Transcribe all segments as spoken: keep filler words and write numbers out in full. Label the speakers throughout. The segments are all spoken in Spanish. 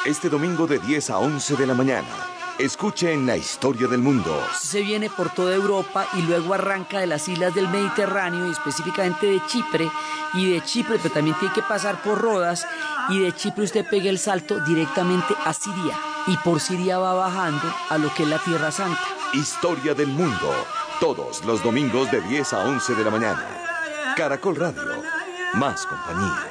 Speaker 1: Este domingo de diez a once de la mañana, escuche en La Historia del Mundo.
Speaker 2: Se viene por toda Europa y luego arranca de las islas del Mediterráneo y específicamente de Chipre. Y de Chipre, pero también tiene que pasar por Rodas. Y de Chipre usted pega el salto directamente a Siria. Y por Siria va bajando a lo que es la Tierra Santa.
Speaker 1: Historia del Mundo, todos los domingos de diez a once de la mañana. Caracol Radio, más compañía.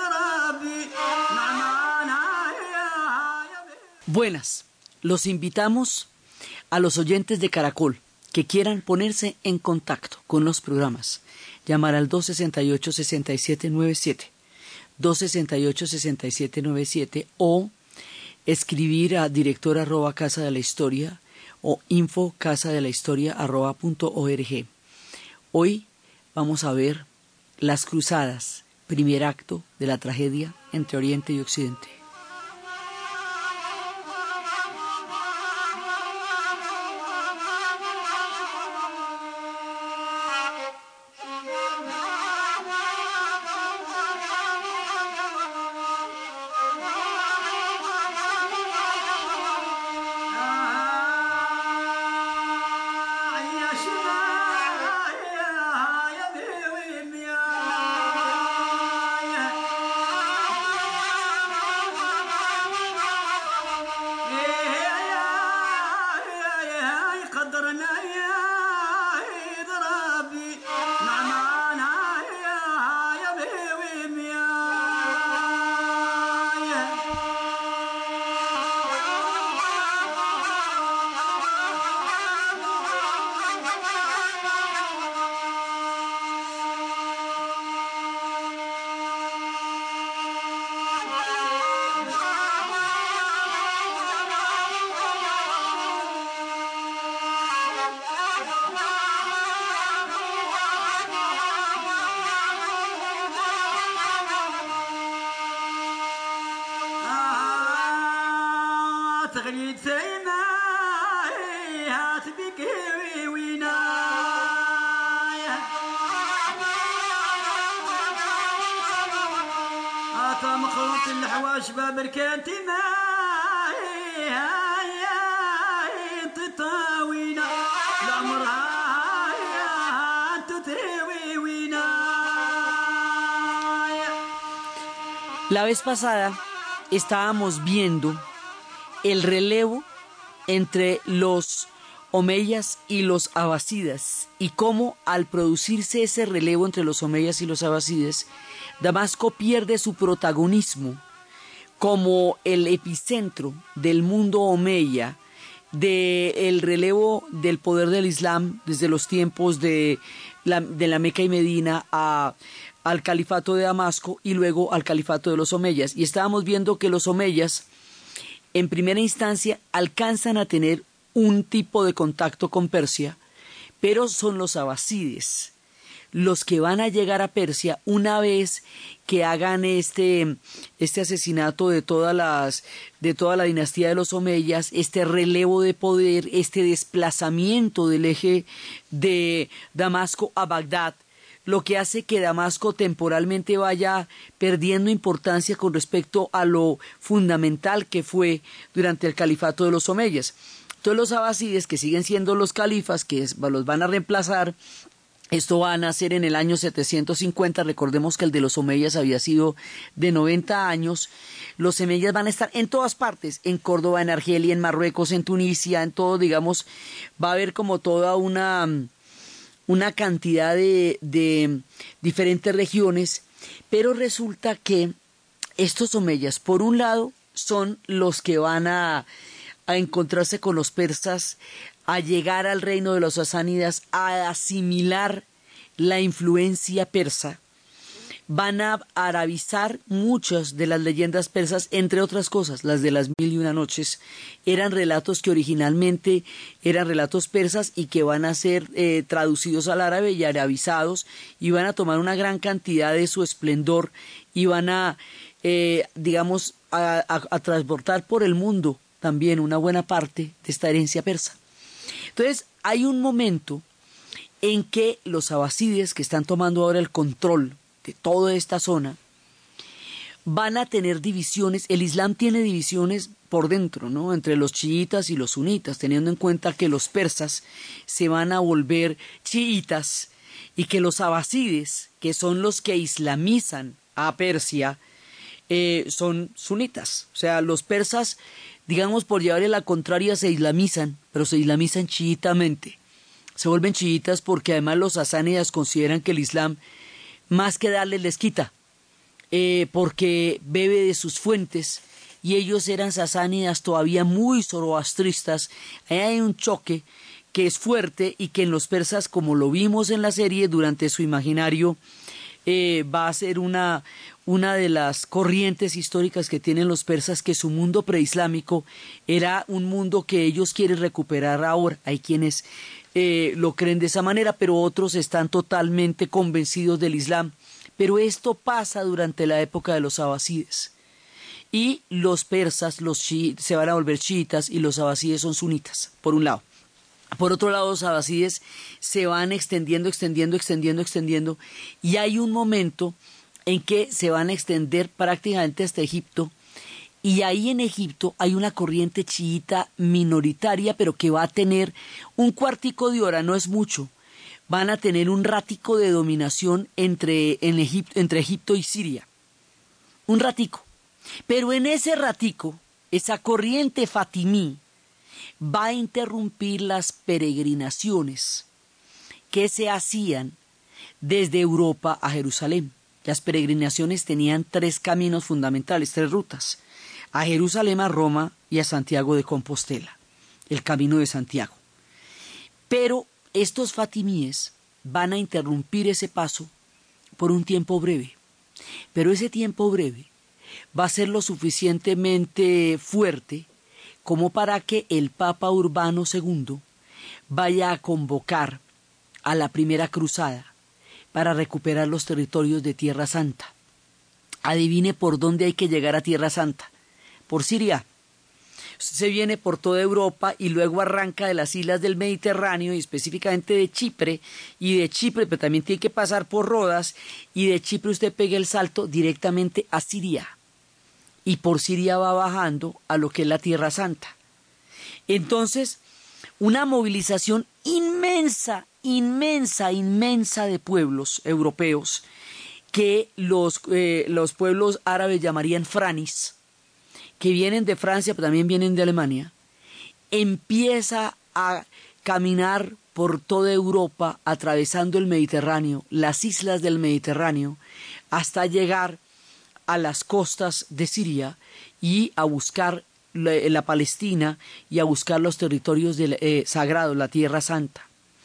Speaker 2: Buenas, los invitamos a los oyentes de Caracol que quieran ponerse en contacto con los programas. Llamar al dos sesenta y ocho, sesenta y siete noventa y siete, dos sesenta y ocho, sesenta y siete noventa y siete o escribir a director arroba casa de la historia o info casa de la historia arroba punto org. Hoy vamos a ver Las Cruzadas, primer acto de la tragedia entre Oriente y Occidente. La vez pasada estábamos viendo el relevo entre los omeyas y los abasidas y cómo al producirse ese relevo entre los omeyas y los abasidas, Damasco pierde su protagonismo como el epicentro del mundo omeya, del relevo del poder del Islam desde los tiempos de la, de la Meca y Medina a al califato de Damasco y luego al califato de los omeyas. Y estábamos viendo que los omeyas, en primera instancia, alcanzan a tener un tipo de contacto con Persia, pero son los abasides los que van a llegar a Persia una vez que hagan este, este asesinato de todas las, de toda la dinastía de los omeyas, este relevo de poder, este desplazamiento del eje de Damasco a Bagdad, lo que hace que Damasco temporalmente vaya perdiendo importancia con respecto a lo fundamental que fue durante el califato de los omeyas. Entonces los abasides, que siguen siendo los califas, que es, los van a reemplazar, esto va a nacer en el año setecientos cincuenta, recordemos que el de los omeyas había sido de noventa años, los omeyas van a estar en todas partes, en Córdoba, en Argelia, en Marruecos, en Tunisia, en todo, digamos, va a haber como toda una... una cantidad de, de diferentes regiones, pero resulta que estos omeyas, por un lado, son los que van a, a encontrarse con los persas, a llegar al reino de los sasánidas, a asimilar la influencia persa, van a arabizar muchas de las leyendas persas, entre otras cosas, las de las mil y una noches, eran relatos que originalmente eran relatos persas y que van a ser eh, traducidos al árabe y arabizados y van a tomar una gran cantidad de su esplendor y van a, eh, digamos, a, a, a transportar por el mundo también una buena parte de esta herencia persa. Entonces, hay un momento en que los abasides, que están tomando ahora el control de toda esta zona, van a tener divisiones. El Islam tiene divisiones por dentro, ¿no? Entre los chiitas y los sunitas, teniendo en cuenta que los persas se van a volver chiitas y que los abasides, que son los que islamizan a Persia, eh, son sunitas. O sea, los persas, digamos, por llevarle la contraria, se islamizan, pero se islamizan chiitamente. Se vuelven chiitas porque además los sasánidas consideran que el Islam, más que darles, les quita, eh, porque bebe de sus fuentes, y ellos eran sasánidas todavía muy zoroastristas. Ahí hay un choque que es fuerte y que en los persas, como lo vimos en la serie, durante su imaginario, eh, va a ser una, una de las corrientes históricas que tienen los persas, que su mundo preislámico era un mundo que ellos quieren recuperar ahora. Hay quienes eh, lo creen de esa manera, pero otros están totalmente convencidos del Islam. Pero esto pasa durante la época de los abasides. Y los persas los chi, se van a volver chiitas y los abasides son sunitas, por un lado. Por otro lado, los abasides se van extendiendo, extendiendo, extendiendo, extendiendo, y hay un momento en que se van a extender prácticamente hasta Egipto, y ahí en Egipto hay una corriente chiita minoritaria, pero que va a tener un cuartico de hora, no es mucho. Van a tener un ratico de dominación entre, en Egipto, entre Egipto y Siria. Un ratico. Pero en ese ratico, esa corriente fatimí va a interrumpir las peregrinaciones que se hacían desde Europa a Jerusalén. Las peregrinaciones tenían tres caminos fundamentales, tres rutas: a Jerusalén, a Roma y a Santiago de Compostela, el camino de Santiago. Pero estos fatimíes van a interrumpir ese paso por un tiempo breve. Pero ese tiempo breve va a ser lo suficientemente fuerte como para que el Papa Urbano segundo vaya a convocar a la primera cruzada para recuperar los territorios de Tierra Santa. Adivine por dónde hay que llegar a Tierra Santa. Por Siria. Se viene por toda Europa y luego arranca de las islas del Mediterráneo, y específicamente de Chipre, y de Chipre, pero también tiene que pasar por Rodas, y de Chipre usted pega el salto directamente a Siria. Y por Siria va bajando a lo que es la Tierra Santa. Entonces, una movilización inmensa, inmensa, inmensa de pueblos europeos que los, eh, los pueblos árabes llamarían franis, que vienen de Francia, pero también vienen de Alemania, empieza a caminar por toda Europa, atravesando el Mediterráneo, las islas del Mediterráneo, hasta llegar a las costas de Siria y a buscar la, la Palestina y a buscar los territorios del, eh, sagrados, la Tierra Santa.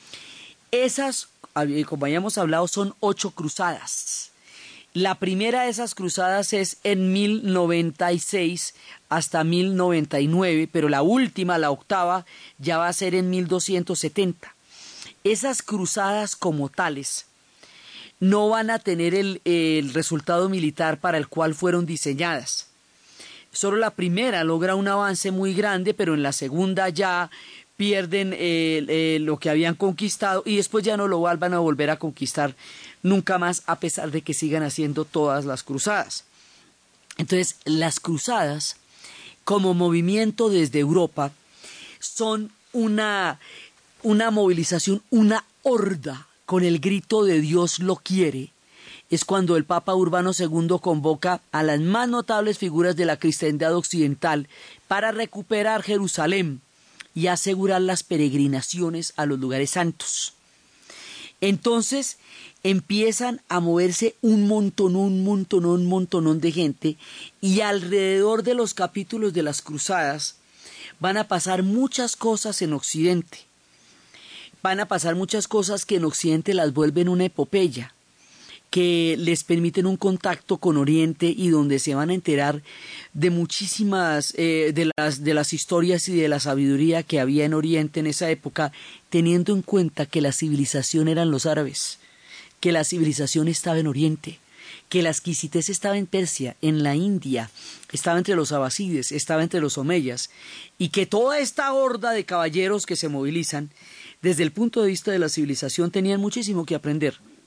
Speaker 2: Esas, como habíamos hablado, son ocho cruzadas. La primera de esas cruzadas es en mil noventa y seis hasta mil noventa y nueve, pero la última, la octava, ya va a ser en mil doscientos setenta. Esas cruzadas como tales no van a tener el, el resultado militar para el cual fueron diseñadas. Solo la primera logra un avance muy grande, pero en la segunda ya pierden eh, eh, lo que habían conquistado, y después ya no lo van a volver a conquistar nunca más, a pesar de que sigan haciendo todas las cruzadas. Entonces, las cruzadas, como movimiento desde Europa, son una, una movilización, una horda, con el grito de Dios lo quiere. Es cuando el Papa Urbano segundo convoca a las más notables figuras de la cristiandad occidental para recuperar Jerusalén y asegurar las peregrinaciones a los lugares santos. Entonces empiezan a moverse un montonón, un montonón, un montonón de gente, y alrededor de los capítulos de las cruzadas van a pasar muchas cosas en Occidente. Van a pasar muchas cosas que en Occidente las vuelven una epopeya, que les permiten un contacto con Oriente y donde se van a enterar de muchísimas eh, de las, de las historias y de la sabiduría que había en Oriente en esa época, teniendo en cuenta que la civilización eran los árabes, que la civilización estaba en Oriente, que la exquisitez estaba en Persia, en la India, estaba entre los abasides, estaba entre los omeyas, y que toda esta horda de caballeros que se movilizan, desde el punto de vista de la civilización, tenían muchísimo que aprender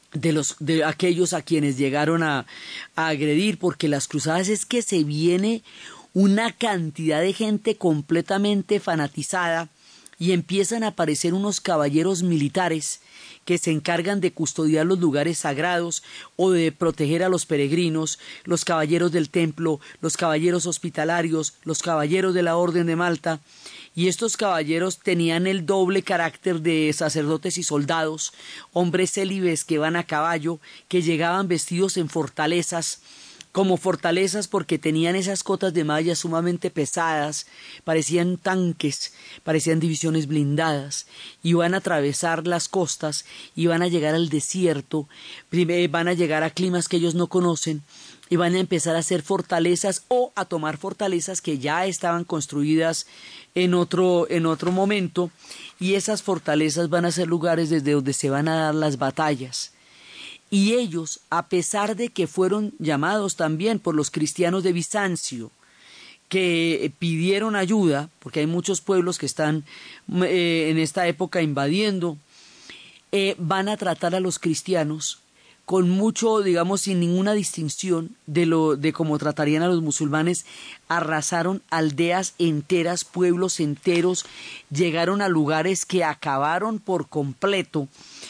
Speaker 2: de los de aquellos a quienes llegaron a, a agredir, porque las cruzadas es que se viene una cantidad de gente completamente fanatizada y empiezan a aparecer unos caballeros militares que se encargan de custodiar los lugares sagrados o de proteger a los peregrinos, los caballeros del templo, los caballeros hospitalarios, los caballeros de la Orden de Malta. Y estos caballeros tenían el doble carácter de sacerdotes y soldados, hombres célibes que van a caballo, que llegaban vestidos en fortalezas, como fortalezas porque tenían esas cotas de malla sumamente pesadas, parecían tanques, parecían divisiones blindadas, iban a atravesar las costas, iban a llegar al desierto, van a llegar a climas que ellos no conocen, y van a empezar a hacer fortalezas o a tomar fortalezas que ya estaban construidas en otro, en otro momento, y esas fortalezas van a ser lugares desde donde se van a dar las batallas. Y ellos, a pesar de que fueron llamados también por los cristianos de Bizancio, que pidieron ayuda, porque hay muchos pueblos que están eh, en esta época invadiendo, eh, van a tratar a los cristianos con mucho, digamos, sin ninguna distinción de lo de cómo tratarían a los musulmanes. Arrasaron aldeas enteras, pueblos enteros, llegaron a lugares que acabaron por completo,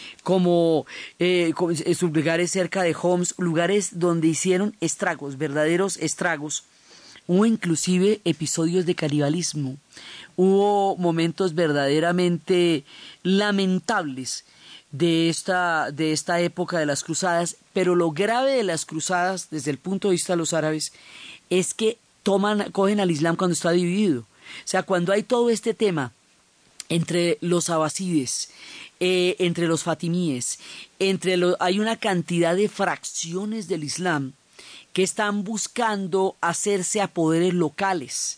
Speaker 2: como eh, sus lugares cerca de Homs, lugares donde hicieron estragos, verdaderos estragos. Hubo inclusive episodios de canibalismo, hubo momentos verdaderamente lamentables de esta, de esta época de las cruzadas, pero lo grave de las cruzadas, desde el punto de vista de los árabes, es que toman, cogen al Islam cuando está dividido. O sea, cuando hay todo este tema entre los abasides, eh, entre los fatimíes, entre los, hay una cantidad de fracciones del Islam que están buscando hacerse a poderes locales.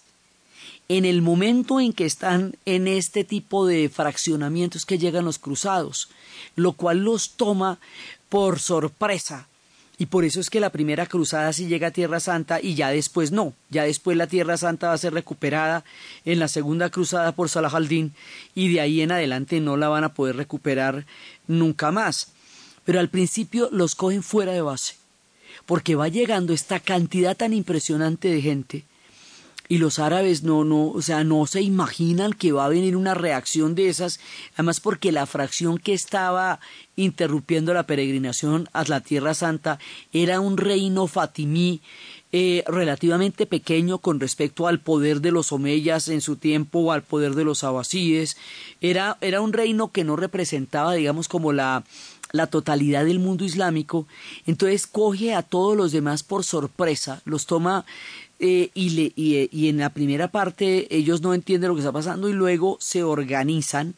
Speaker 2: En el momento en que están en este tipo de fraccionamientos que llegan los cruzados, lo cual los toma por sorpresa. Y por eso es que la primera cruzada sí llega a Tierra Santa y ya después no. Ya después la Tierra Santa va a ser recuperada en la segunda cruzada por Salah al-Din y de ahí en adelante no la van a poder recuperar nunca más. Pero al principio los cogen fuera de base, porque va llegando esta cantidad tan impresionante de gente. Y los árabes no, no, o sea, no se imaginan que va a venir una reacción de esas, además porque la fracción que estaba interrumpiendo la peregrinación a la Tierra Santa era un reino fatimí eh, relativamente pequeño con respecto al poder de los omeyas en su tiempo o al poder de los abasíes. Era, era un reino que no representaba, digamos, como la... la totalidad del mundo islámico. Entonces coge a todos los demás por sorpresa, los toma eh, y, le, y, y en la primera parte ellos no entienden lo que está pasando y luego se organizan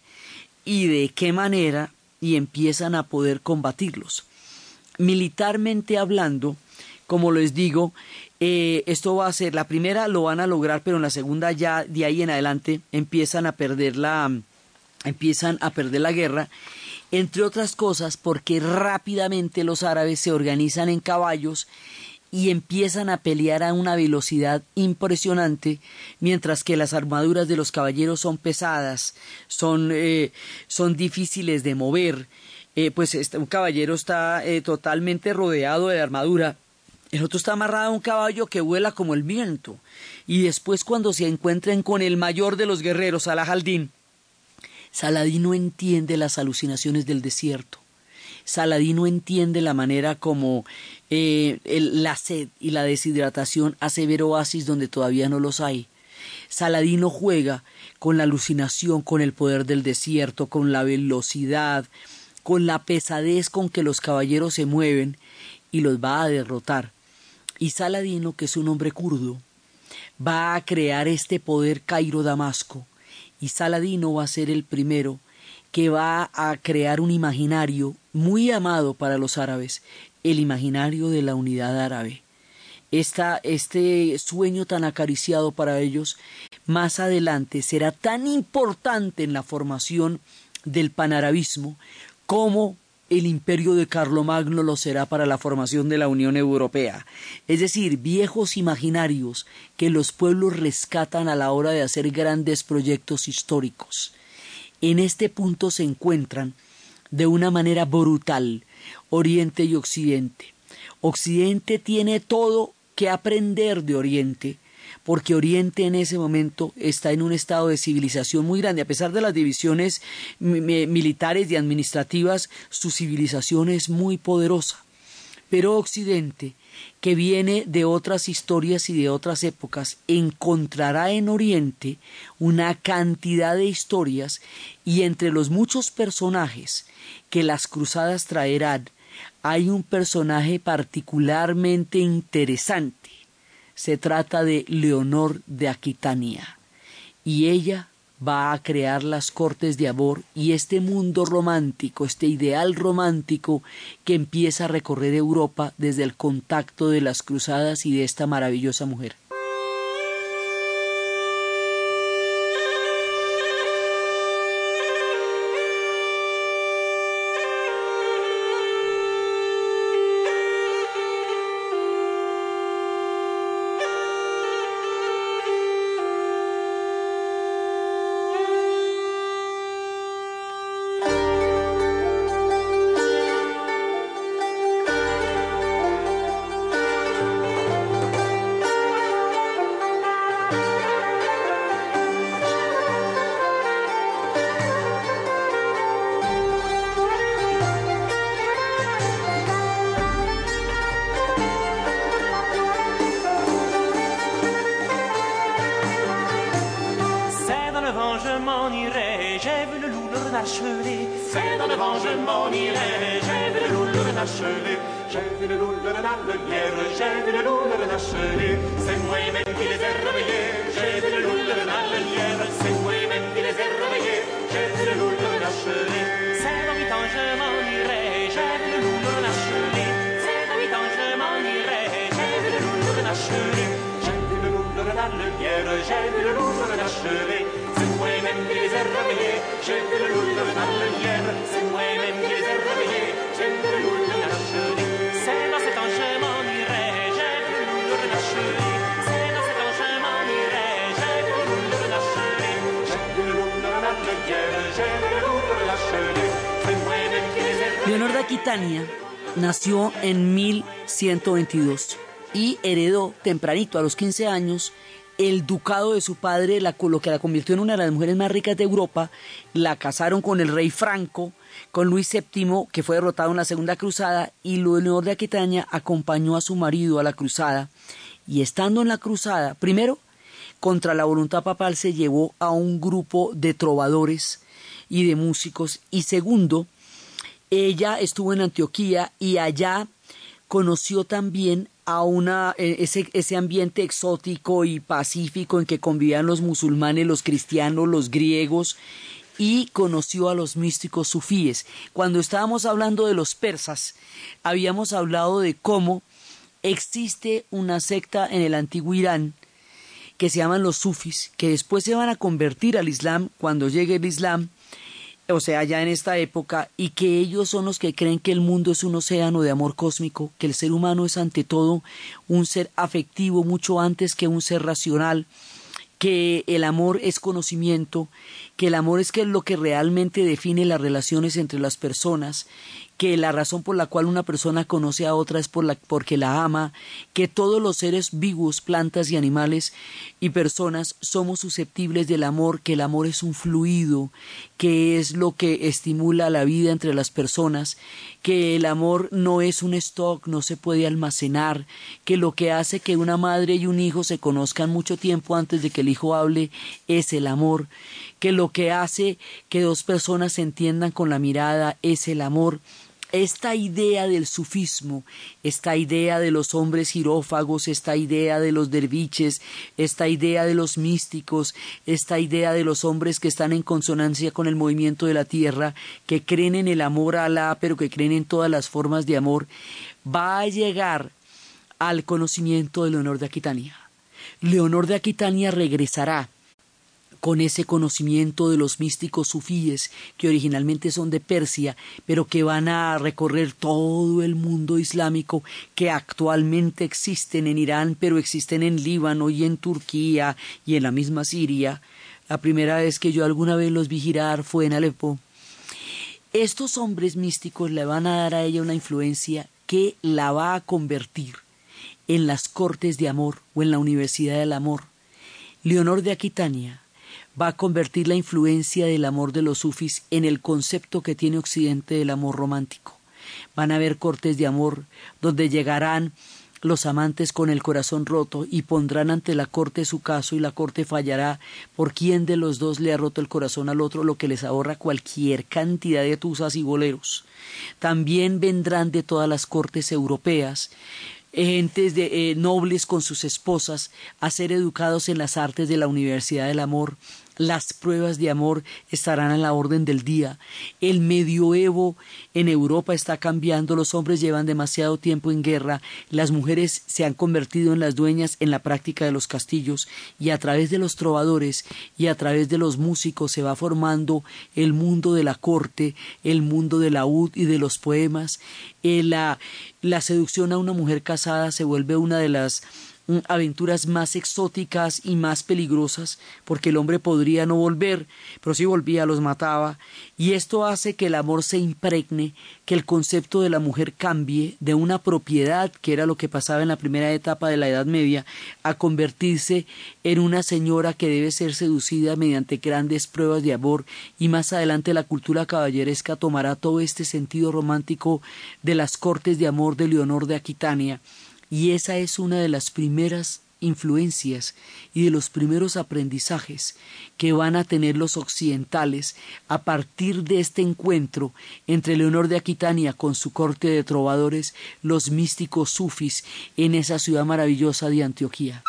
Speaker 2: y de qué manera y empiezan a poder combatirlos. Militarmente hablando, como les digo, eh, esto va a ser, la primera lo van a lograr, pero en la segunda ya de ahí en adelante empiezan a perder la, empiezan a perder la guerra. Entre otras cosas porque rápidamente los árabes se organizan en caballos y empiezan a pelear a una velocidad impresionante, mientras que las armaduras de los caballeros son pesadas, son, eh, son difíciles de mover. Eh, pues este, un caballero está eh, totalmente rodeado de armadura, el otro está amarrado a un caballo que vuela como el viento. Y después, cuando se encuentren con el mayor de los guerreros, Salah al-Din, Saladín no entiende las alucinaciones del desierto. Saladín no entiende la manera como eh, el, la sed y la deshidratación hace ver oasis donde todavía no los hay. Saladín no juega con la alucinación, con el poder del desierto, con la velocidad, con la pesadez con que los caballeros se mueven y los va a derrotar. Y Saladino, que es un hombre kurdo, va a crear este poder Cairo-Damasco. Y Saladino va a ser el primero que va a crear un imaginario muy amado para los árabes, el imaginario de la unidad árabe. Esta, este sueño tan acariciado para ellos, más adelante será tan importante en la formación del panarabismo como el imperio de Carlomagno lo será para la formación de la Unión Europea. Es decir, viejos imaginarios que los pueblos rescatan a la hora de hacer grandes proyectos históricos. En este punto se encuentran de una manera brutal Oriente y Occidente. Occidente tiene todo que aprender de Oriente, porque Oriente en ese momento está en un estado de civilización muy grande. A pesar de las divisiones militares y administrativas, su civilización es muy poderosa. Pero Occidente, que viene de otras historias y de otras épocas, encontrará en Oriente una cantidad de historias, y entre los muchos personajes que las cruzadas traerán, hay un personaje particularmente interesante. Se trata de Leonor de Aquitania, y ella va a crear las cortes de amor y este mundo romántico, este ideal romántico que empieza a recorrer Europa desde el contacto de las cruzadas y de esta maravillosa mujer.
Speaker 3: C'est dans le vent je m'en irai. J'ai vu le loup le renacheler. J'ai vu le loup le renard le lièvre. J'ai vu le loup le renacheler. C'est moi-même qui les ai réveillés. J'ai vu le loup le renard le lièvre. C'est moi-même qui les ai réveillés. J'ai vu le loup le renacheler. C'est dans huit ans je m'en irai. J'ai vu le loup le renacheler. C'est dans huit ans je m'en irai. J'ai vu le loup le renacheler. J'ai vu le loup le renard le lièvre. J'ai vu le loup le renacheler. C'est moi-même qui les ai réveillés. J'ai vu le loup le renard le lièvre. C'est moi-même qui les ai réveillés. J'ai vu le loup le renacheler. C'est dans cet ans je m'en irai. J'ai vu le loup le renacheler. C'est dans cet ans je m'en irai. J'ai vu le loup le renacheler. J'ai vu le loup le renard le lièvre. J'ai vu le loup le renacheler. C'est moi-même qui les ai réveillés.
Speaker 2: Leonor de Aquitania nació en mil ciento veintidós y heredó tempranito, a los quince años, el ducado de su padre, la, lo que la convirtió en una de las mujeres más ricas de Europa. La casaron con el rey Franco, con Luis séptimo, que fue derrotado en la Segunda Cruzada, y Leonor de Aquitania acompañó a su marido a la cruzada, y estando en la cruzada, primero, contra la voluntad papal se llevó a un grupo de trovadores y de músicos, y segundo, ella estuvo en Antioquía y allá conoció también a una, ese, ese ambiente exótico y pacífico en que convivían los musulmanes, los cristianos, los griegos, y conoció a los místicos sufíes. Cuando estábamos hablando de los persas, habíamos hablado de cómo existe una secta en el antiguo Irán que se llaman los sufis, que después se van a convertir al Islam cuando llegue el Islam, o sea, ya en esta época, y que ellos son los que creen que el mundo es un océano de amor cósmico, que el ser humano es ante todo un ser afectivo mucho antes que un ser racional, que el amor es conocimiento, que el amor es que es lo que realmente define las relaciones entre las personas, que la razón por la cual una persona conoce a otra es por la, porque la ama, que todos los seres vivos, plantas y animales y personas somos susceptibles del amor, que el amor es un fluido, que es lo que estimula la vida entre las personas, que el amor no es un stock, no se puede almacenar, que lo que hace que una madre y un hijo se conozcan mucho tiempo antes de que el hijo hable es el amor, que lo que hace que dos personas se entiendan con la mirada es el amor. Esta idea del sufismo, esta idea de los hombres girófagos, esta idea de los derviches, esta idea de los místicos, esta idea de los hombres que están en consonancia con el movimiento de la tierra, que creen en el amor a Alá, pero que creen en todas las formas de amor, va a llegar al conocimiento de Leonor de Aquitania. Leonor de Aquitania regresará con ese conocimiento de los místicos sufíes que originalmente son de Persia, pero que van a recorrer todo el mundo islámico, que actualmente existen en Irán, pero existen en Líbano y en Turquía y en la misma Siria. La primera vez que yo alguna vez los vi girar fue en Alepo. Estos hombres místicos le van a dar a ella una influencia que la va a convertir en las cortes de amor o en la Universidad del Amor. Leonor de Aquitania va a convertir la influencia del amor de los sufis en el concepto que tiene Occidente del amor romántico. Van a haber cortes de amor donde llegarán los amantes con el corazón roto y pondrán ante la corte su caso, y la corte fallará por quién de los dos le ha roto el corazón al otro, lo que les ahorra cualquier cantidad de tusas y boleros. También vendrán de todas las cortes europeas gentes de eh, nobles con sus esposas a ser educados en las artes de la Universidad del Amor. Las pruebas de amor estarán a la orden del día. El medioevo en Europa está cambiando. Los hombres llevan demasiado tiempo en guerra. Las mujeres se han convertido en las dueñas en la práctica de los castillos, y a través de los trovadores y a través de los músicos se va formando el mundo de la corte, el mundo del laúd y de los poemas. Eh, la, la seducción a una mujer casada se vuelve una de las aventuras más exóticas y más peligrosas, porque el hombre podría no volver, pero si volvía los mataba, y esto hace que el amor se impregne, que el concepto de la mujer cambie de una propiedad, que era lo que pasaba en la primera etapa de la Edad Media, a convertirse en una señora que debe ser seducida mediante grandes pruebas de amor, y más adelante la cultura caballeresca tomará todo este sentido romántico de las cortes de amor de Leonor de Aquitania. Y esa es una de las primeras influencias y de los primeros aprendizajes que van a tener los occidentales a partir de este encuentro entre Leonor de Aquitania con su corte de trovadores, los místicos sufis, en esa ciudad maravillosa de Antioquía.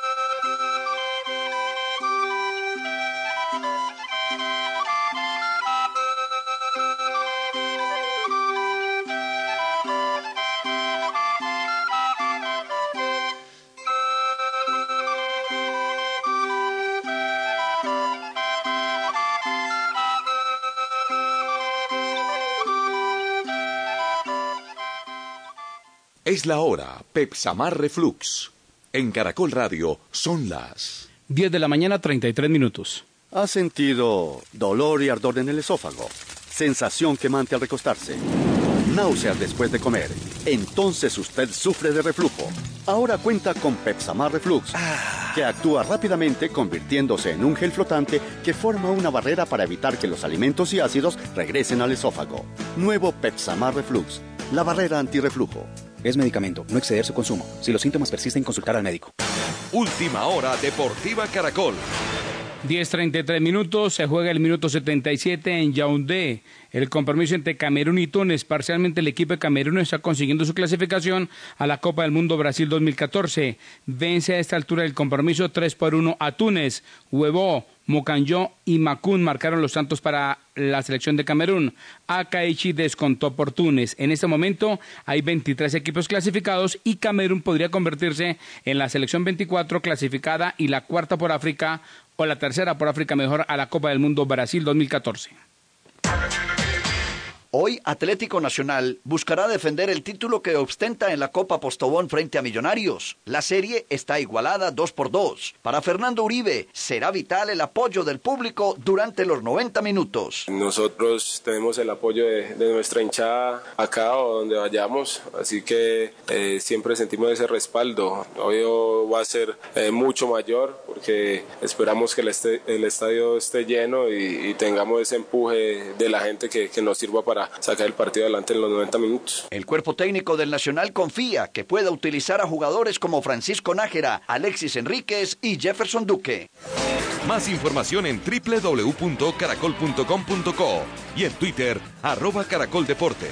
Speaker 1: Es la hora, Pepsamar Reflux. En Caracol Radio son las
Speaker 4: diez de la mañana, treinta y tres minutos.
Speaker 5: ¿Ha sentido dolor y ardor en el esófago? Sensación quemante al recostarse. Náuseas después de comer. Entonces usted sufre de reflujo. Ahora cuenta con Pepsamar Reflux, que actúa rápidamente convirtiéndose en un gel flotante que forma una barrera para evitar que los alimentos y ácidos regresen al esófago. Nuevo Pepsamar Reflux, la barrera antirreflujo.
Speaker 6: Es medicamento, no exceder su consumo. Si los síntomas persisten, consultar al médico.
Speaker 1: Última Hora Deportiva Caracol.
Speaker 4: diez treinta y tres minutos, se juega el minuto setenta y siete en Yaoundé. El compromiso entre Camerún y Túnez. Parcialmente el equipo de Camerún está consiguiendo su clasificación a la Copa del Mundo Brasil dos mil catorce. Vence a esta altura del compromiso tres por uno a Túnez. Huevo, Mocanjó y Macún marcaron los tantos para la selección de Camerún. Akaichi descontó por Túnez. En este momento hay veintitrés equipos clasificados y Camerún podría convertirse en la selección veinticuatro clasificada y la cuarta por África, o la tercera por África mejor, a la Copa del Mundo Brasil dos mil catorce.
Speaker 7: Hoy Atlético Nacional buscará defender el título que ostenta en la Copa Postobón frente a Millonarios. La serie está igualada dos por dos. Para Fernando Uribe será vital el apoyo del público durante los noventa minutos.
Speaker 8: Nosotros tenemos el apoyo de, de nuestra hinchada acá o donde vayamos, así que eh, siempre sentimos ese respaldo. Hoy va a ser eh, mucho mayor porque esperamos que el, este, el estadio esté lleno y, y tengamos ese empuje de la gente que, que nos sirva para sacar el partido adelante en los noventa minutos.
Speaker 7: El cuerpo técnico del Nacional confía que pueda utilizar a jugadores como Francisco Nájera, Alexis Enríquez y Jefferson Duque.
Speaker 1: Más información en doble u doble u doble u punto caracol punto com punto co y en Twitter, arroba Caracol Deportes.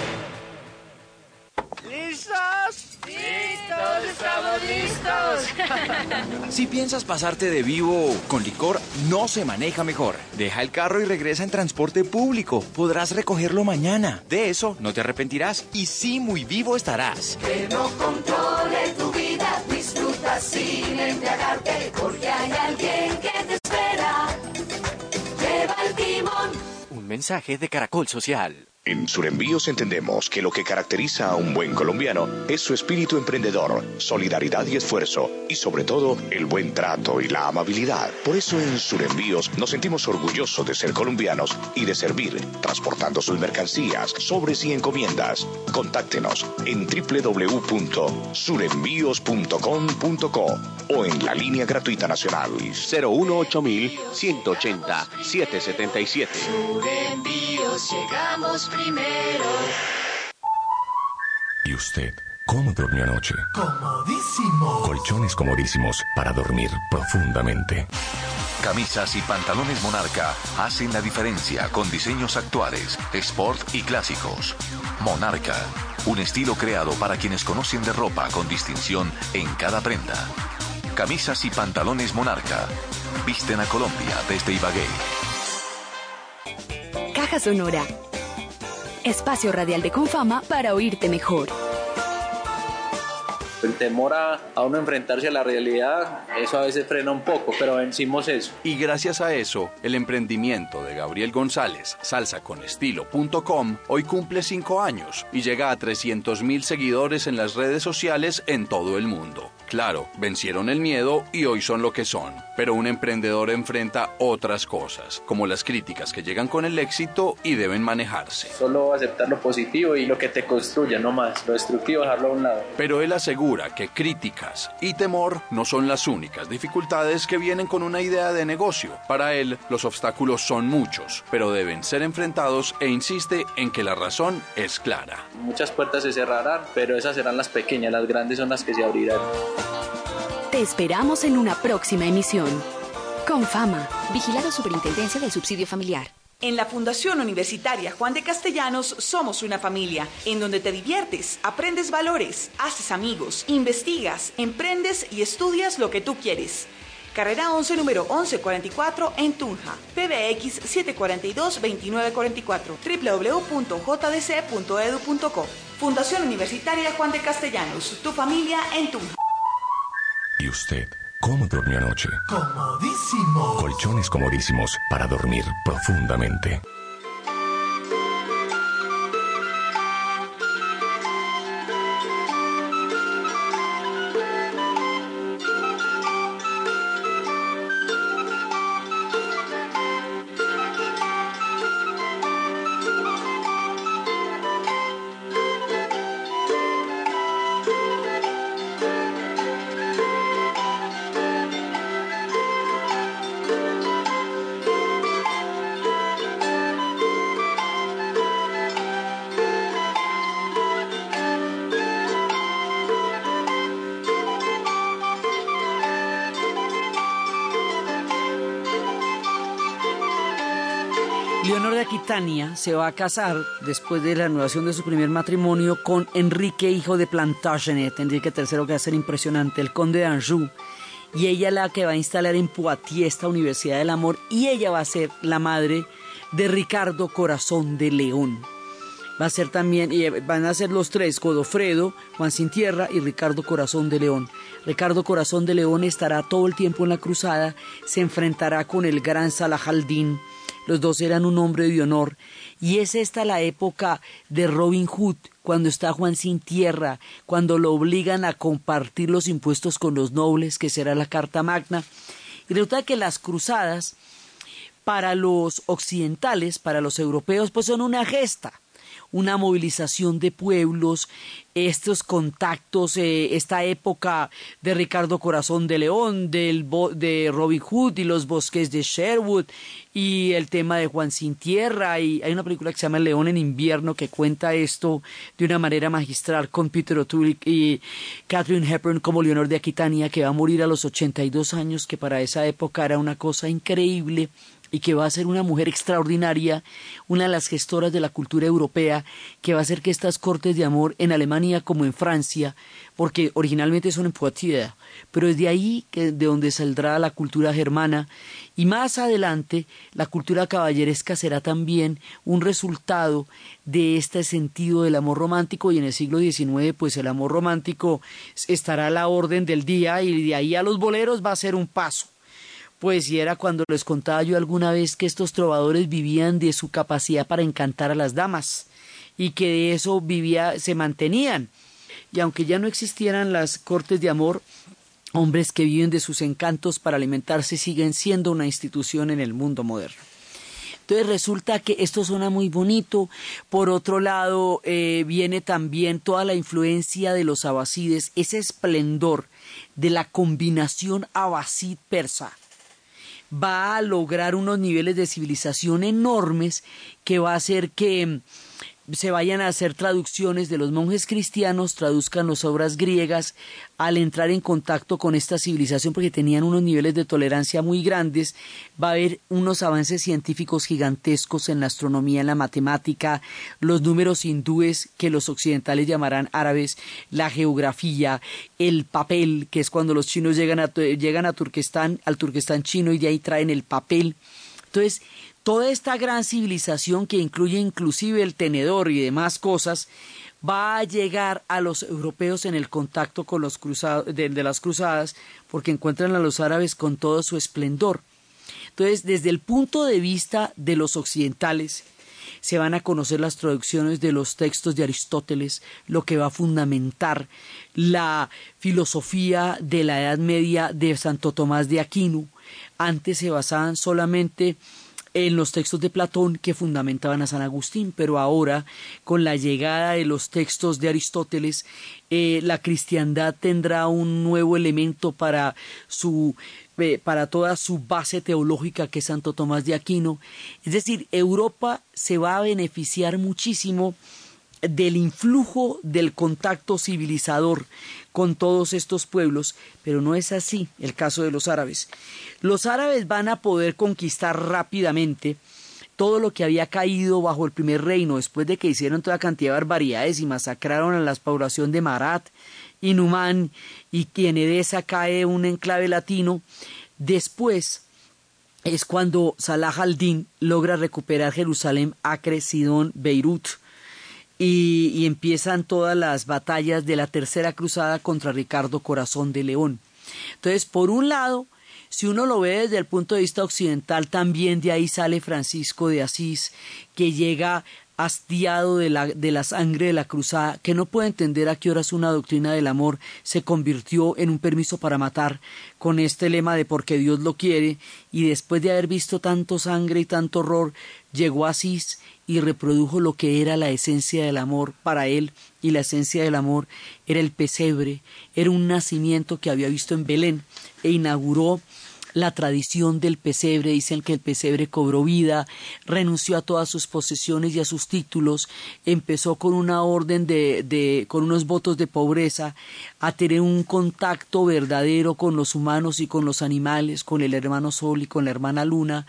Speaker 9: ¿Listos? ¡Listos! ¡Estamos listos!
Speaker 10: Si piensas pasarte de vivo con licor, no se maneja mejor. Deja el carro y regresa en transporte público. Podrás recogerlo mañana. De eso no te arrepentirás y sí muy vivo estarás.
Speaker 9: Que no controle tu vida, disfruta sin embriagarte, porque hay alguien que te espera. Lleva el timón.
Speaker 10: Un mensaje de Caracol Social.
Speaker 11: En Surenvíos entendemos que lo que caracteriza a un buen colombiano es su espíritu emprendedor, solidaridad y esfuerzo, y sobre todo el buen trato y la amabilidad. Por eso en Surenvíos nos sentimos orgullosos de ser colombianos y de servir, transportando sus mercancías, sobres y encomiendas. Contáctenos en doble u doble u doble u punto surenvíos punto com punto co o en la línea gratuita nacional
Speaker 12: cero uno ocho mil ciento ochenta setecientos setenta y siete.
Speaker 9: Surenvíos, llegamos primero.
Speaker 13: ¿Y usted cómo durmió anoche?
Speaker 14: Comodísimo.
Speaker 13: Colchones comodísimos para dormir profundamente.
Speaker 15: Camisas y pantalones Monarca hacen la diferencia con diseños actuales, sport y clásicos. Monarca, un estilo creado para quienes conocen de ropa con distinción en cada prenda. Camisas y pantalones Monarca visten a Colombia desde Ibagué.
Speaker 16: Caja Sonora. Espacio radial de Confama para oírte mejor.
Speaker 17: El temor a, a uno enfrentarse a la realidad, eso a veces frena un poco, pero vencimos eso.
Speaker 18: Y gracias a eso, el emprendimiento de Gabriel González, salsa con estilo punto com, hoy cumple cinco años y llega a trescientos mil seguidores en las redes sociales en todo el mundo. Claro, vencieron el miedo y hoy son lo que son, pero un emprendedor enfrenta otras cosas, como las críticas que llegan con el éxito y deben manejarse.
Speaker 17: Solo aceptar lo positivo y lo que te construya, no más, lo destructivo dejarlo a un lado.
Speaker 18: Pero él asegura que críticas y temor no son las únicas dificultades que vienen con una idea de negocio. Para él, los obstáculos son muchos, pero deben ser enfrentados e insiste en que la razón es clara.
Speaker 17: Muchas puertas se cerrarán, pero esas serán las pequeñas, las grandes son las que se abrirán.
Speaker 16: Te esperamos en una próxima emisión. Confama.
Speaker 19: Vigilado Superintendencia del Subsidio Familiar.
Speaker 20: En la Fundación Universitaria Juan de Castellanos somos una familia en donde te diviertes, aprendes valores, haces amigos, investigas, emprendes y estudias lo que tú quieres. Carrera once, número once cuarenta y cuatro en Tunja. P B X siete cuatro dos, dos nueve cuatro cuatro. doble u doble u doble u punto j d c punto e d u punto co. Fundación Universitaria Juan de Castellanos. Tu familia en Tunja.
Speaker 13: ¿Y usted cómo durmió anoche?
Speaker 14: Comodísimo.
Speaker 13: Colchones comodísimos para dormir profundamente.
Speaker 2: Leonor de Aquitania se va a casar después de la anulación de su primer matrimonio con Enrique, hijo de Plantagenet, Enrique tercero, que va a ser impresionante, el conde de Anjou, y ella la que va a instalar en Poitiers esta Universidad del Amor, y ella va a ser la madre de Ricardo Corazón de León. Va a ser también, y van a ser los tres, Godofredo, Juan Sin Tierra y Ricardo Corazón de León. Ricardo Corazón de León estará todo el tiempo en la cruzada, se enfrentará con el gran Salah al-Din. Los dos eran un hombre de honor, y es esta la época de Robin Hood, cuando está Juan Sin Tierra, cuando lo obligan a compartir los impuestos con los nobles, que será la Carta Magna. Y resulta que las cruzadas, para los occidentales, para los europeos, pues son una gesta, una movilización de pueblos, estos contactos, eh, esta época de Ricardo Corazón de León, del bo de Robin Hood y los bosques de Sherwood, y el tema de Juan Sin Tierra, y hay una película que se llama El León en Invierno que cuenta esto de una manera magistral con Peter O'Toole y Katharine Hepburn como Leonor de Aquitania, que va a morir a los ochenta y dos años, que para esa época era una cosa increíble, y que va a ser una mujer extraordinaria, una de las gestoras de la cultura europea, que va a hacer que estas cortes de amor en Alemania como en Francia, porque originalmente son en Poitiers, pero es de ahí que, de donde saldrá la cultura germana, y más adelante la cultura caballeresca será también un resultado de este sentido del amor romántico, y en el siglo diecinueve pues el amor romántico estará a la orden del día, y de ahí a los boleros va a ser un paso. Pues y era cuando les contaba yo alguna vez que estos trovadores vivían de su capacidad para encantar a las damas. y que de eso vivía, se mantenían. Y aunque ya no existieran las cortes de amor, hombres que viven de sus encantos para alimentarse siguen siendo una institución en el mundo moderno. Entonces resulta que esto suena muy bonito. Por otro lado, eh, viene también toda la influencia de los abasides, ese esplendor de la combinación abasid-persa. Va a lograr unos niveles de civilización enormes que va a hacer que se vayan a hacer traducciones de los monjes cristianos, traduzcan las obras griegas al entrar en contacto con esta civilización, porque tenían unos niveles de tolerancia muy grandes. Va a haber unos avances científicos gigantescos en la astronomía, en la matemática, los números hindúes que los occidentales llamarán árabes, la geografía, el papel, que es cuando los chinos llegan a, llegan a Turquestán, al Turquestán chino, y de ahí traen el papel. Entonces, toda esta gran civilización, que incluye inclusive el tenedor y demás cosas, va a llegar a los europeos en el contacto con los cruzados, de, de las cruzadas, porque encuentran a los árabes con todo su esplendor. Entonces, desde el punto de vista de los occidentales, se van a conocer las traducciones de los textos de Aristóteles, lo que va a fundamentar la filosofía de la Edad Media de Santo Tomás de Aquino. Antes se basaban solamente en los textos de Platón, que fundamentaban a San Agustín, pero ahora, con la llegada de los textos de Aristóteles, eh, la cristiandad tendrá un nuevo elemento para su eh, para toda su base teológica, que es Santo Tomás de Aquino. Es decir, Europa se va a beneficiar muchísimo del influjo del contacto civilizador con todos estos pueblos, pero no es así el caso de los árabes. Los árabes van a poder conquistar rápidamente todo lo que había caído bajo el primer reino, después de que hicieron toda cantidad de barbaridades y masacraron a la población de Marat y Numán, y que en Edesa cae un enclave latino. Después es cuando Salah al-Din logra recuperar Jerusalén, Acre, Sidón, Beirut, Y, y empiezan todas las batallas de la Tercera Cruzada contra Ricardo Corazón de León. Entonces, por un lado, si uno lo ve desde el punto de vista occidental, también de ahí sale Francisco de Asís, que llega hastiado de la, de la sangre de la cruzada, que no puede entender a qué horas una doctrina del amor se convirtió en un permiso para matar, con este lema de porque Dios lo quiere, y después de haber visto tanto sangre y tanto horror, llegó a Asís y reprodujo lo que era la esencia del amor para él, y la esencia del amor era el pesebre, era un nacimiento que había visto en Belén, e inauguró la tradición del pesebre. Dicen que el pesebre cobró vida, renunció a todas sus posesiones y a sus títulos, empezó con una orden de, de con unos votos de pobreza, a tener un contacto verdadero con los humanos y con los animales, con el hermano Sol y con la hermana Luna,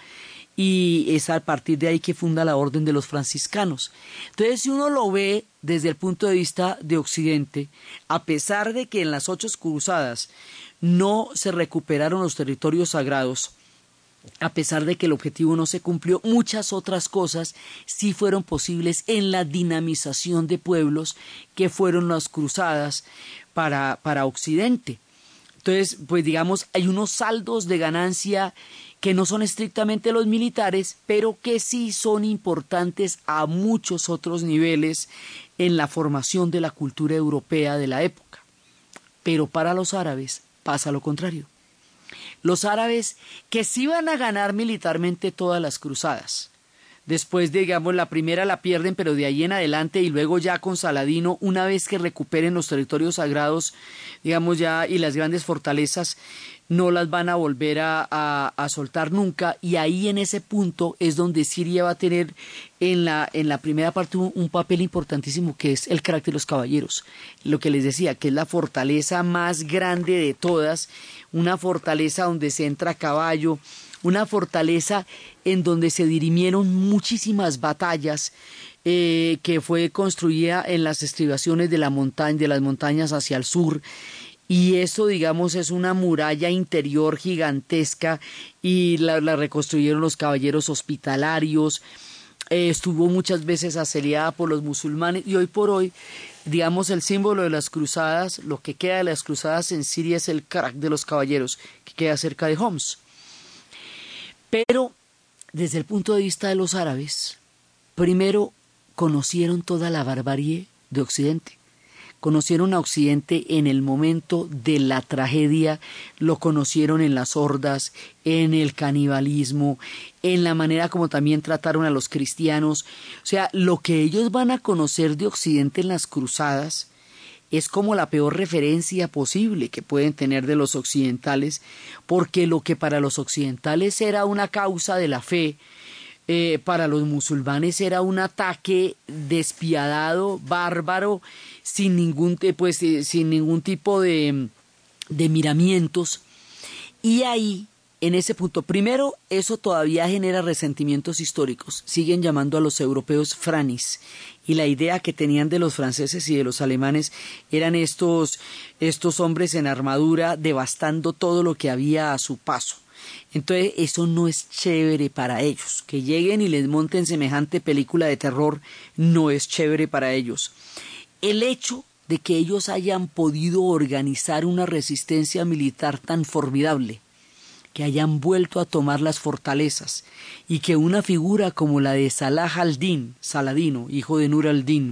Speaker 2: y es a partir de ahí que funda la orden de los franciscanos. Entonces, si uno lo ve desde el punto de vista de Occidente, a pesar de que en las ocho cruzadas no se recuperaron los territorios sagrados, a pesar de que el objetivo no se cumplió, muchas otras cosas sí fueron posibles en la dinamización de pueblos que fueron las cruzadas para, para Occidente. Entonces, pues digamos, hay unos saldos de ganancia que no son estrictamente los militares, pero que sí son importantes a muchos otros niveles en la formación de la cultura europea de la época. Pero para los árabes pasa lo contrario. Los árabes, que sí van a ganar militarmente todas las cruzadas, después, digamos, la primera la pierden, pero de ahí en adelante, y luego ya con Saladino, una vez que recuperen los territorios sagrados, digamos ya, y las grandes fortalezas, no las van a volver a, a, a soltar nunca, y ahí en ese punto es donde Siria va a tener en la, en la primera parte un, un papel importantísimo, que es el carácter de los caballeros, lo que les decía, que es la fortaleza más grande de todas, una fortaleza donde se entra a caballo, una fortaleza en donde se dirimieron muchísimas batallas, eh, que fue construida en las estribaciones de la montaña, de las montañas hacia el sur. Y eso, digamos, es una muralla interior gigantesca, y la, la reconstruyeron los caballeros hospitalarios. Eh, estuvo muchas veces asediada por los musulmanes, y hoy por hoy, digamos, el símbolo de las cruzadas, lo que queda de las cruzadas en Siria es el Karak de los caballeros, que queda cerca de Homs. Pero, desde el punto de vista de los árabes, primero conocieron toda la barbarie de Occidente. Conocieron a Occidente en el momento de la tragedia, lo conocieron en las hordas, en el canibalismo, en la manera como también trataron a los cristianos. O sea, lo que ellos van a conocer de Occidente en las cruzadas es como la peor referencia posible que pueden tener de los occidentales, porque lo que para los occidentales era una causa de la fe, Eh, para los musulmanes era un ataque despiadado, bárbaro, sin ningún, pues, eh, sin ningún tipo de, de miramientos. Y ahí, en ese punto, primero, eso todavía genera resentimientos históricos. Siguen llamando a los europeos franis. Y la idea que tenían de los franceses y de los alemanes eran estos, estos hombres en armadura devastando todo lo que había a su paso. Entonces eso no es chévere para ellos. Que lleguen y les monten semejante película de terror no es chévere para ellos. El hecho de que ellos hayan podido organizar una resistencia militar tan formidable, que hayan vuelto a tomar las fortalezas y que una figura como la de Salah al-Din, Saladino, hijo de Nur al-Din,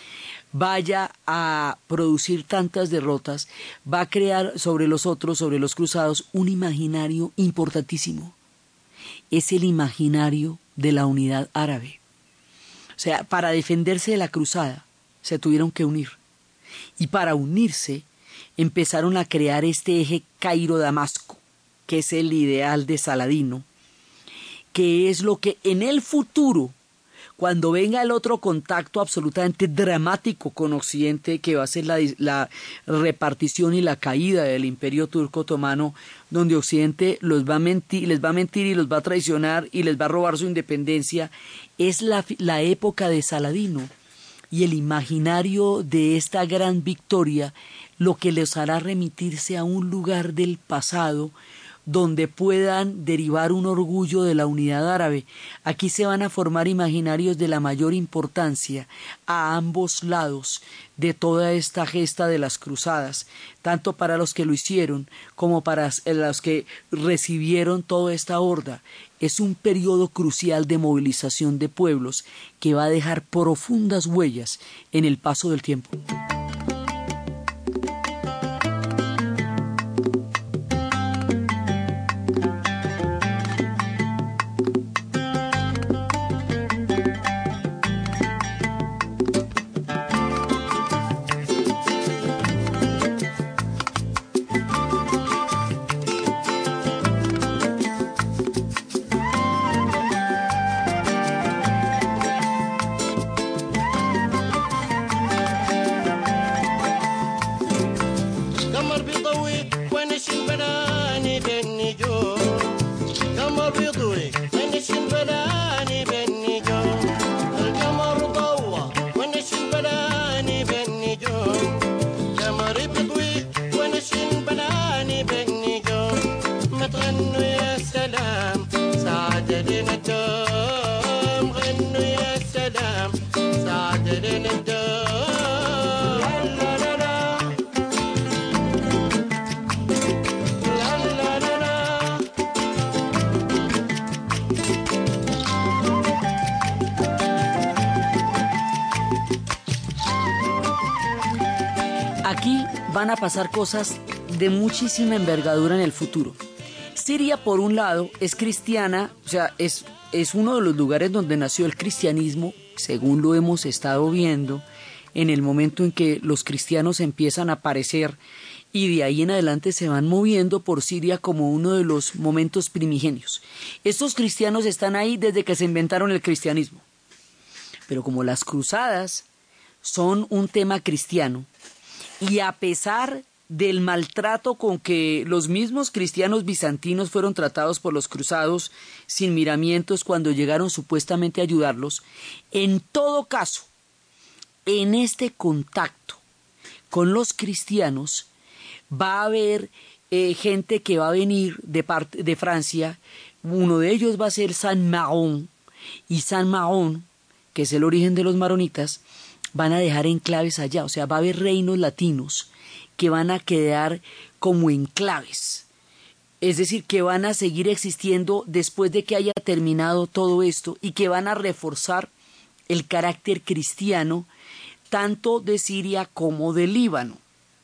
Speaker 2: vaya a producir tantas derrotas, va a crear sobre los otros, sobre los cruzados, un imaginario importantísimo. Es el imaginario de la unidad árabe. O sea, para defenderse de la cruzada se tuvieron que unir. Y para unirse empezaron a crear este eje Cairo-Damasco, que es el ideal de Saladino, que es lo que en el futuro, cuando venga el otro contacto absolutamente dramático con Occidente, que va a ser la, la repartición y la caída del Imperio Turco Otomano, donde Occidente los va a mentir, les va a mentir y los va a traicionar y les va a robar su independencia, es la, la época de Saladino. Y el imaginario de esta gran victoria lo que les hará remitirse a un lugar del pasado donde puedan derivar un orgullo de la unidad árabe. Aquí se van a formar imaginarios de la mayor importancia a ambos lados de toda esta gesta de las cruzadas, tanto para los que lo hicieron como para los que recibieron toda esta horda. Es un periodo crucial de movilización de pueblos que va a dejar profundas huellas en el paso del tiempo. Aquí van a pasar cosas de muchísima envergadura en el futuro. Siria, por un lado, es cristiana, o sea, es, es uno de los lugares donde nació el cristianismo, según lo hemos estado viendo, en el momento en que los cristianos empiezan a aparecer y de ahí en adelante se van moviendo por Siria como uno de los momentos primigenios. Estos cristianos están ahí desde que se inventaron el cristianismo. Pero como las cruzadas son un tema cristiano, y a pesar del maltrato con que los mismos cristianos bizantinos fueron tratados por los cruzados sin miramientos cuando llegaron supuestamente a ayudarlos, en todo caso, en este contacto con los cristianos va a haber eh, gente que va a venir de, parte, de Francia. Uno de ellos va a ser San Mahón, y San Mahón, que es el origen de los maronitas, van a dejar enclaves allá, o sea, va a haber reinos latinos que van a quedar como enclaves, es decir, que van a seguir existiendo después de que haya terminado todo esto y que van a reforzar el carácter cristiano tanto de Siria como de Líbano.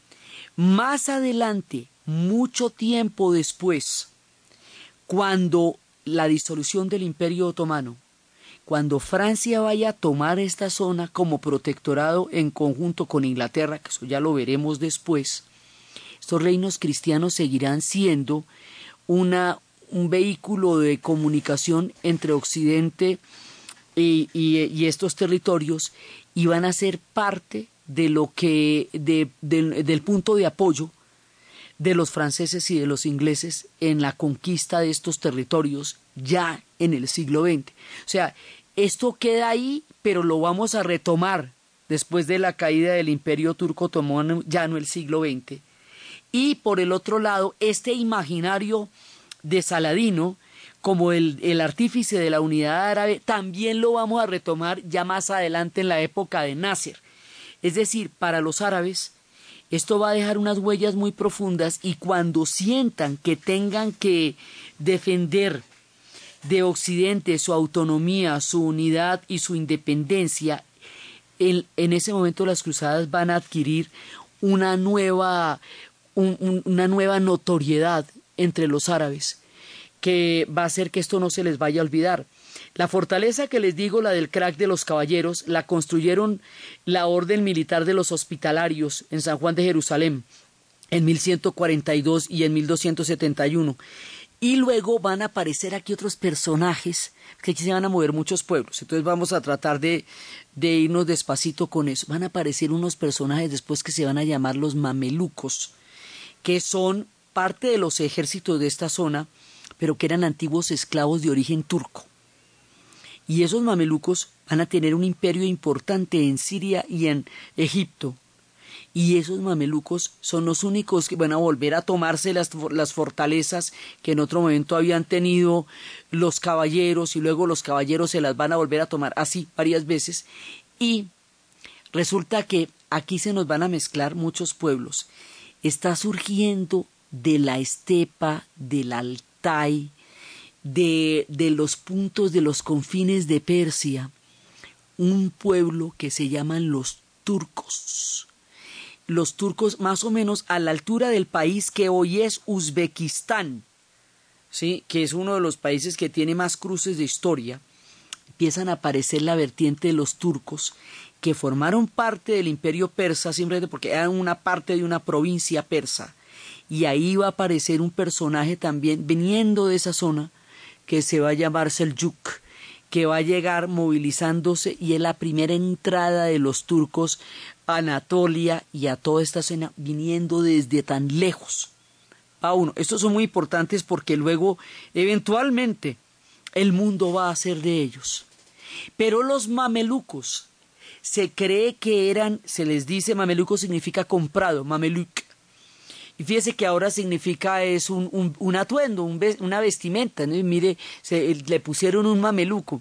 Speaker 2: Más adelante, mucho tiempo después, cuando la disolución del Imperio Otomano, cuando Francia vaya a tomar esta zona como protectorado en conjunto con Inglaterra, que eso ya lo veremos después, estos reinos cristianos seguirán siendo una, un vehículo de comunicación entre Occidente y, y, y estos territorios, y van a ser parte de lo que de, de, del punto de apoyo de los franceses y de los ingleses en la conquista de estos territorios ya en el siglo veinte. O sea, esto queda ahí, pero lo vamos a retomar después de la caída del Imperio Turco Otomano ya en el siglo veinte. Y por el otro lado, este imaginario de Saladino como el, el artífice de la unidad árabe también lo vamos a retomar ya más adelante en la época de Nasser. Es decir, para los árabes esto va a dejar unas huellas muy profundas, y cuando sientan que tengan que defender de Occidente su autonomía, su unidad y su independencia, en, en ese momento las cruzadas van a adquirir una nueva, un, un, una nueva notoriedad entre los árabes, que va a hacer que esto no se les vaya a olvidar. La fortaleza que les digo, la del crack de los caballeros, la construyeron la Orden Militar de los Hospitalarios en San Juan de Jerusalén en mil ciento cuarenta y dos y en mil doscientos setenta y uno. Y luego van a aparecer aquí otros personajes, que aquí se van a mover muchos pueblos, entonces vamos a tratar de, de irnos despacito con eso. Van a aparecer unos personajes después que se van a llamar los mamelucos, que son parte de los ejércitos de esta zona, pero que eran antiguos esclavos de origen turco. Y esos mamelucos van a tener un imperio importante en Siria y en Egipto. Y esos mamelucos son los únicos que van a volver a tomarse las, las fortalezas que en otro momento habían tenido los caballeros, y luego los caballeros se las van a volver a tomar así varias veces. Y resulta que aquí se nos van a mezclar muchos pueblos. Está surgiendo de la estepa, del Altai, De, de los puntos de los confines de Persia, un pueblo que se llaman los turcos. Los turcos más o menos a la altura del país que hoy es Uzbekistán, ¿sí?, que es uno de los países que tiene más cruces de historia. Empiezan a aparecer la vertiente de los turcos, que formaron parte del imperio persa simplemente porque eran una parte de una provincia persa. Y ahí va a aparecer un personaje también viniendo de esa zona, que se va a llamar Seljuk, que va a llegar movilizándose, y es la primera entrada de los turcos a Anatolia y a toda esta zona, viniendo desde tan lejos. A uno, estos son muy importantes porque luego, eventualmente, el mundo va a ser de ellos. Pero los mamelucos, se cree que eran, se les dice, mameluco significa comprado, mameluk. Y fíjese que ahora significa es un, un, un atuendo, un, una vestimenta, ¿no? Y mire, se, le pusieron un mameluco.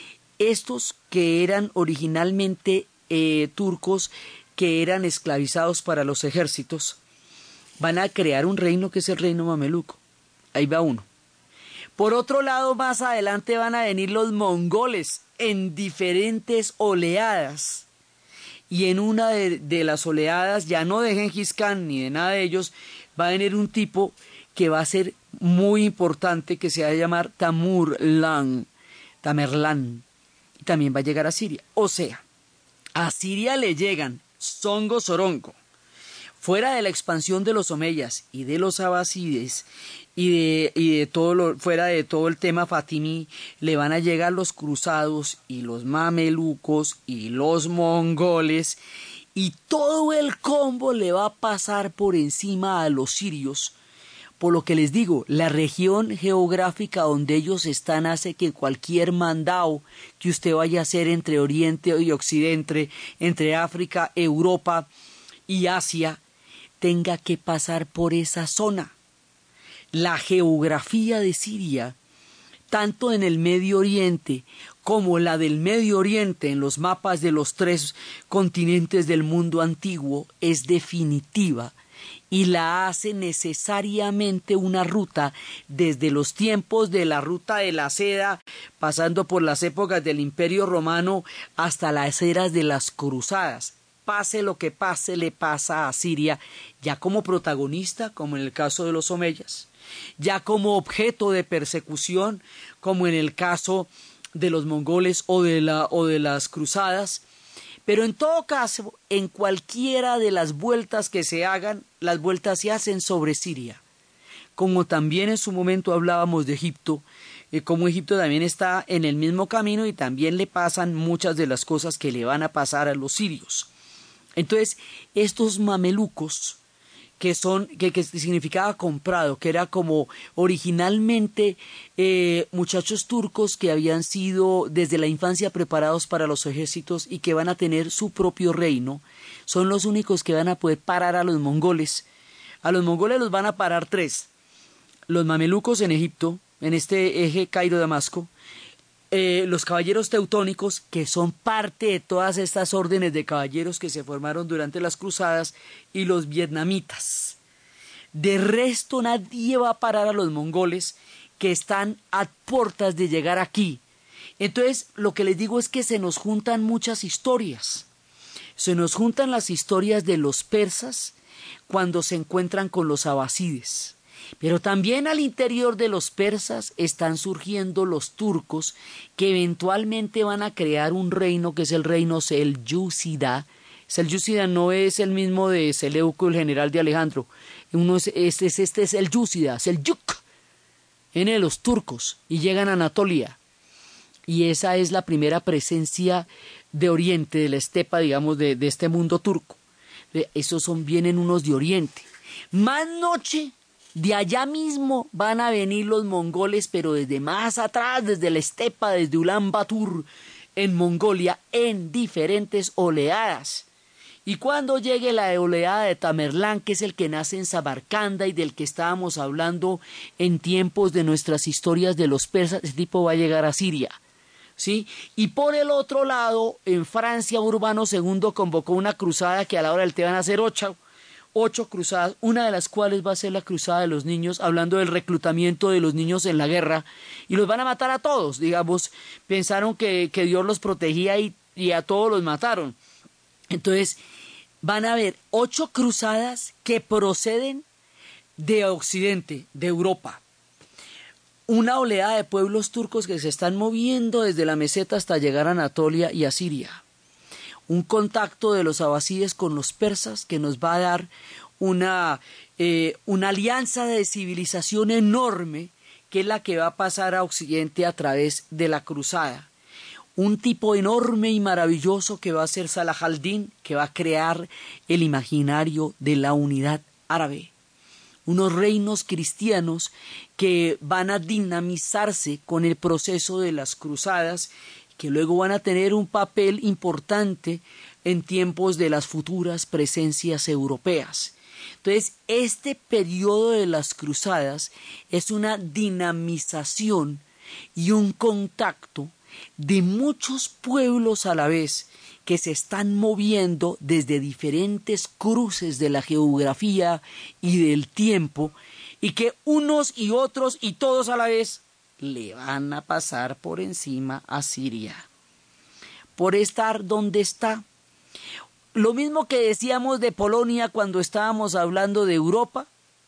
Speaker 2: Estos que eran originalmente eh, turcos, que eran esclavizados para los ejércitos, van a crear un reino que es el reino mameluco. Ahí va uno. Por otro lado, más adelante van a venir los mongoles en diferentes oleadas. Y en una de, de las oleadas, ya no de Gengis Khan ni de nada de ellos, va a venir un tipo que va a ser muy importante, que se va a llamar Tamerlán. Tamerlán. Y también va a llegar a Siria. O sea, a Siria le llegan Songo Sorongo. Fuera de la expansión de los omeyas y de los abasides y de, y de todo lo, fuera de todo el tema fatimí, le van a llegar los cruzados y los mamelucos y los mongoles, y todo el combo le va a pasar por encima a los sirios. Por lo que les digo, la región geográfica donde ellos están hace que cualquier mandado que usted vaya a hacer entre Oriente y Occidente, entre África, Europa y Asia, tenga que pasar por esa zona. La geografía de Siria, tanto en el Medio Oriente como la del Medio Oriente en los mapas de los tres continentes del mundo antiguo, es definitiva, y la hace necesariamente una ruta desde los tiempos de la ruta de la seda, pasando por las épocas del Imperio Romano hasta las eras de las cruzadas. Pase lo que pase, le pasa a Siria, ya como protagonista, como en el caso de los omeyas, ya como objeto de persecución, como en el caso de los mongoles o de, la, o de las cruzadas. Pero en todo caso, en cualquiera de las vueltas que se hagan, las vueltas se hacen sobre Siria. Como también en su momento hablábamos de Egipto, eh, como Egipto también está en el mismo camino y también le pasan muchas de las cosas que le van a pasar a los sirios. Entonces, estos mamelucos, que son, que, que significaba comprado, que era como originalmente eh, muchachos turcos que habían sido desde la infancia preparados para los ejércitos y que van a tener su propio reino, son los únicos que van a poder parar a los mongoles. A los mongoles los van a parar tres: los mamelucos en Egipto, en este eje Cairo-Damasco, Eh, los caballeros teutónicos, que son parte de todas estas órdenes de caballeros que se formaron durante las cruzadas, y los vietnamitas. De resto nadie va a parar a los mongoles, que están a puertas de llegar aquí. Entonces lo que les digo es que se nos juntan muchas historias. Se nos juntan las historias de los persas cuando se encuentran con los abasides. Pero también al interior de los persas están surgiendo los turcos, que eventualmente van a crear un reino que es el reino Selyúcida. Selyúcida no es el mismo de Seleuco, el general de Alejandro. Uno es, este es este es Selyúcida, Selyuk, viene de los turcos y llegan a Anatolia. Y esa es la primera presencia de Oriente, de la estepa, digamos, de, de este mundo turco. Esos son, vienen unos de Oriente. Más noche, de allá mismo van a venir los mongoles, pero desde más atrás, desde la estepa, desde Ulan Batur, en Mongolia, en diferentes oleadas. Y cuando llegue la oleada de Tamerlán, que es el que nace en Samarcanda y del que estábamos hablando en tiempos de nuestras historias de los persas, ese tipo va a llegar a Siria, ¿sí? Y por el otro lado, en Francia, Urbano segundo convocó una cruzada que a la hora del té van a ser ocho, ocho cruzadas, una de las cuales va a ser la cruzada de los niños, hablando del reclutamiento de los niños en la guerra, y los van a matar a todos, digamos. Pensaron que, que Dios los protegía y, y a todos los mataron. Entonces van a haber ocho cruzadas que proceden de Occidente, de Europa. Una oleada de pueblos turcos que se están moviendo desde la meseta hasta llegar a Anatolia y a Siria. Un contacto de los abasíes con los persas que nos va a dar una, eh, una alianza de civilización enorme, que es la que va a pasar a Occidente a través de la cruzada. Un tipo enorme y maravilloso que va a ser Salah al-Din, que va a crear el imaginario de la unidad árabe. Unos reinos cristianos que van a dinamizarse con el proceso de las cruzadas, que luego van a tener un papel importante en tiempos de las futuras presencias europeas. Entonces, este periodo de las cruzadas es una dinamización y un contacto de muchos pueblos a la vez, que se están moviendo desde diferentes cruces de la geografía y del tiempo, y que unos y otros y todos a la vez le van a pasar por encima a Siria, por estar donde está. Lo mismo que decíamos de Polonia cuando estábamos hablando de Europa,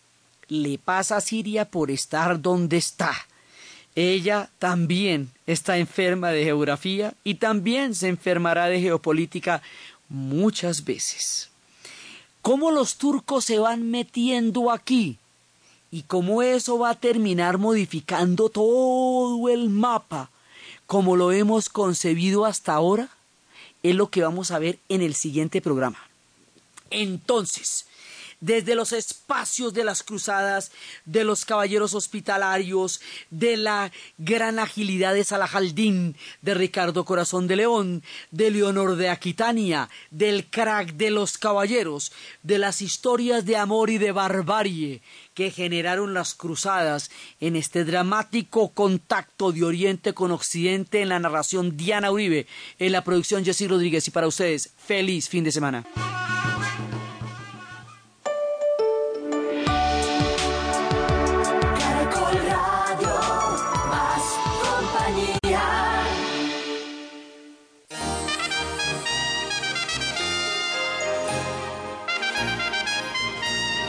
Speaker 2: le pasa a Siria por estar donde está. Ella también está enferma de geografía y también se enfermará de geopolítica muchas veces. ¿Cómo los turcos se van metiendo aquí? Y cómo eso va a terminar modificando todo el mapa, como lo hemos concebido hasta ahora, es lo que vamos a ver en el siguiente programa. Entonces, desde los espacios de las cruzadas, de los caballeros hospitalarios, de la gran agilidad de Salah al-Din, de Ricardo Corazón de León, de Leonor de Aquitania, del crack de los caballeros, de las historias de amor y de barbarie que generaron las cruzadas en este dramático contacto de Oriente con Occidente, en la narración Diana Uribe, en la producción Jessy Rodríguez, y para ustedes, feliz fin de semana.